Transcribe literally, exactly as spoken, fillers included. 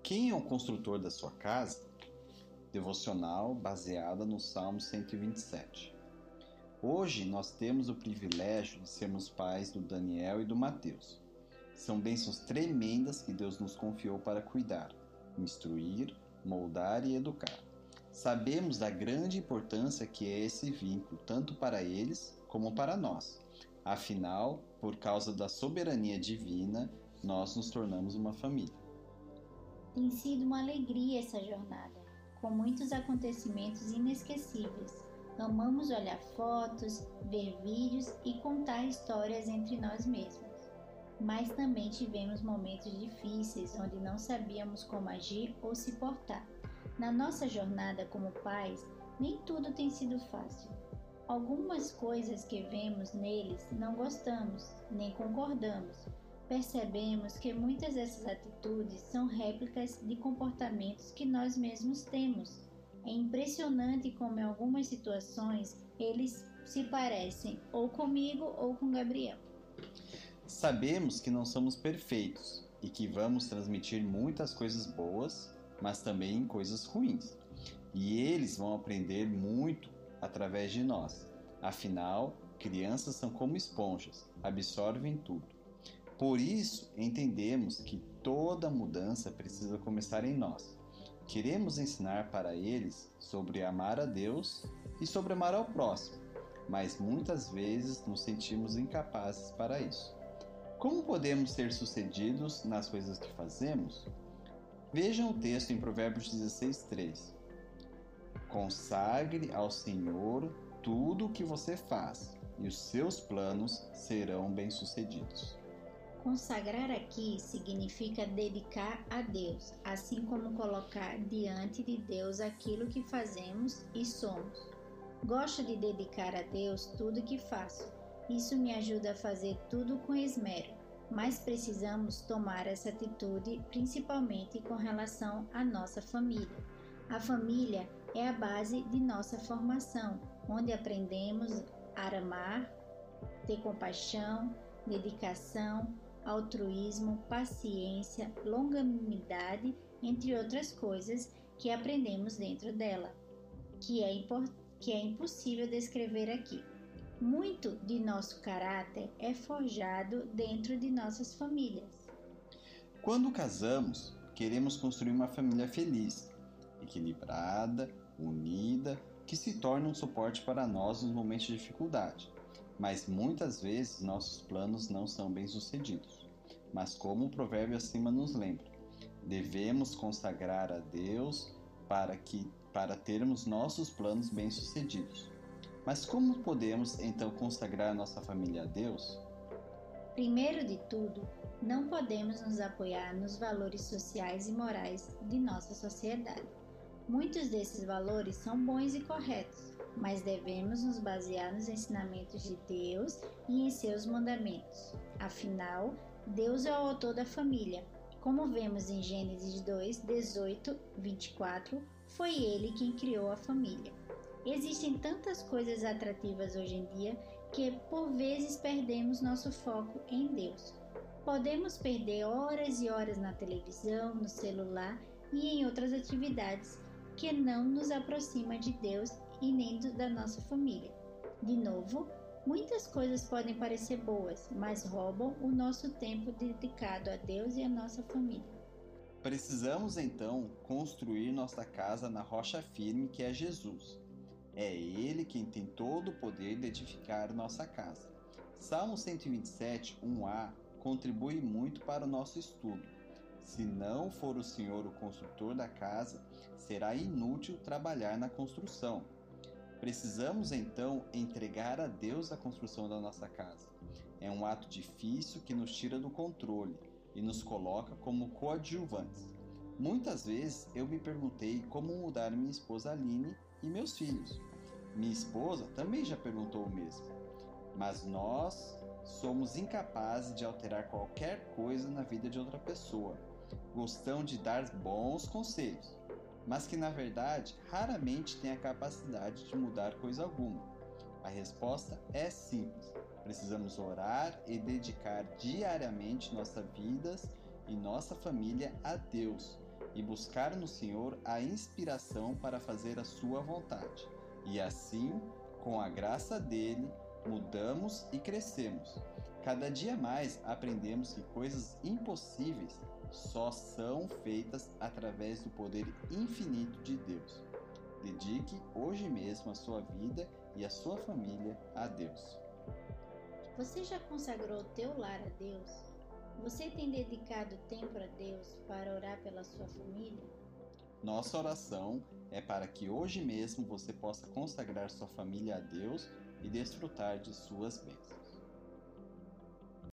Quem é o construtor da sua casa? Devocional baseada no Salmo cento e vinte e sete. Hoje nós temos o privilégio de sermos pais do Daniel e do Mateus. São bênçãos tremendas que Deus nos confiou para cuidar, instruir, moldar e educar. Sabemos da grande importância que é esse vínculo, tanto para eles como para nós. Afinal, por causa da soberania divina, nós nos tornamos uma família. Tem sido uma alegria essa jornada, com muitos acontecimentos inesquecíveis. Amamos olhar fotos, ver vídeos e contar histórias entre nós mesmos. Mas também tivemos momentos difíceis onde não sabíamos como agir ou se portar. Na nossa jornada como pais, nem tudo tem sido fácil. Algumas coisas que vemos neles não gostamos, nem concordamos. Percebemos que muitas dessas atitudes são réplicas de comportamentos que nós mesmos temos. É impressionante como em algumas situações eles se parecem ou comigo ou com Gabriel. Sabemos que não somos perfeitos e que vamos transmitir muitas coisas boas, mas também coisas ruins. E eles vão aprender muito através de nós. Afinal, crianças são como esponjas, absorvem tudo. Por isso, entendemos que toda mudança precisa começar em nós. Queremos ensinar para eles sobre amar a Deus e sobre amar ao próximo, mas muitas vezes nos sentimos incapazes para isso. Como podemos ser sucedidos nas coisas que fazemos? Vejam o texto em Provérbios dezesseis, três. Consagre ao Senhor tudo o que você faz, e os seus planos serão bem-sucedidos. Consagrar aqui significa dedicar a Deus, assim como colocar diante de Deus aquilo que fazemos e somos. Gosto de dedicar a Deus tudo que faço. Isso me ajuda a fazer tudo com esmero, mas precisamos tomar essa atitude principalmente com relação à nossa família. A família é a base de nossa formação, onde aprendemos a amar, ter compaixão, dedicação, altruísmo, paciência, longanimidade, entre outras coisas que aprendemos dentro dela, que é, impor- que é impossível descrever aqui. Muito de nosso caráter é forjado dentro de nossas famílias. Quando casamos, queremos construir uma família feliz, equilibrada, unida, que se torne um suporte para nós nos momentos de dificuldade. Mas muitas vezes nossos planos não são bem-sucedidos. Mas como o provérbio acima nos lembra, devemos consagrar a Deus para, que, para termos nossos planos bem-sucedidos. Mas como podemos então consagrar nossa família a Deus? Primeiro de tudo, não podemos nos apoiar nos valores sociais e morais de nossa sociedade. Muitos desses valores são bons e corretos, mas devemos nos basear nos ensinamentos de Deus e em seus mandamentos. Afinal, Deus é o autor da família. Como vemos em Gênesis dois, dezoito, vinte e quatro, foi Ele quem criou a família. Existem tantas coisas atrativas hoje em dia que, por vezes, perdemos nosso foco em Deus. Podemos perder horas e horas na televisão, no celular e em outras atividades que não nos aproxima de Deus e nem do, da nossa família. De novo, muitas coisas podem parecer boas, mas roubam o nosso tempo dedicado a Deus e à nossa família. Precisamos então construir nossa casa na rocha firme que é Jesus. É Ele quem tem todo o poder de edificar nossa casa. Salmo cento e vinte e sete, um a contribui muito para o nosso estudo. Se não for o Senhor o construtor da casa, será inútil trabalhar na construção. Precisamos então entregar a Deus a construção da nossa casa. É um ato difícil que nos tira do controle e nos coloca como coadjuvantes. Muitas vezes eu me perguntei como mudar minha esposa Aline e meus filhos. Minha esposa também já perguntou o mesmo. Mas nós somos incapazes de alterar qualquer coisa na vida de outra pessoa. Gostamos de dar bons conselhos, mas que na verdade raramente têm a capacidade de mudar coisa alguma. A resposta é simples. Precisamos orar e dedicar diariamente nossas vidas e nossa família a Deus. e buscar no Senhor a inspiração para fazer a sua vontade. E assim, com a graça dele, mudamos e crescemos. Cada dia mais aprendemos que coisas impossíveis só são feitas através do poder infinito de Deus. Dedique hoje mesmo a sua vida e a sua família a Deus. Você já consagrou o teu lar a Deus? Você tem dedicado tempo a Deus para orar pela sua família? Nossa oração é para que hoje mesmo você possa consagrar sua família a Deus e desfrutar de suas bênçãos.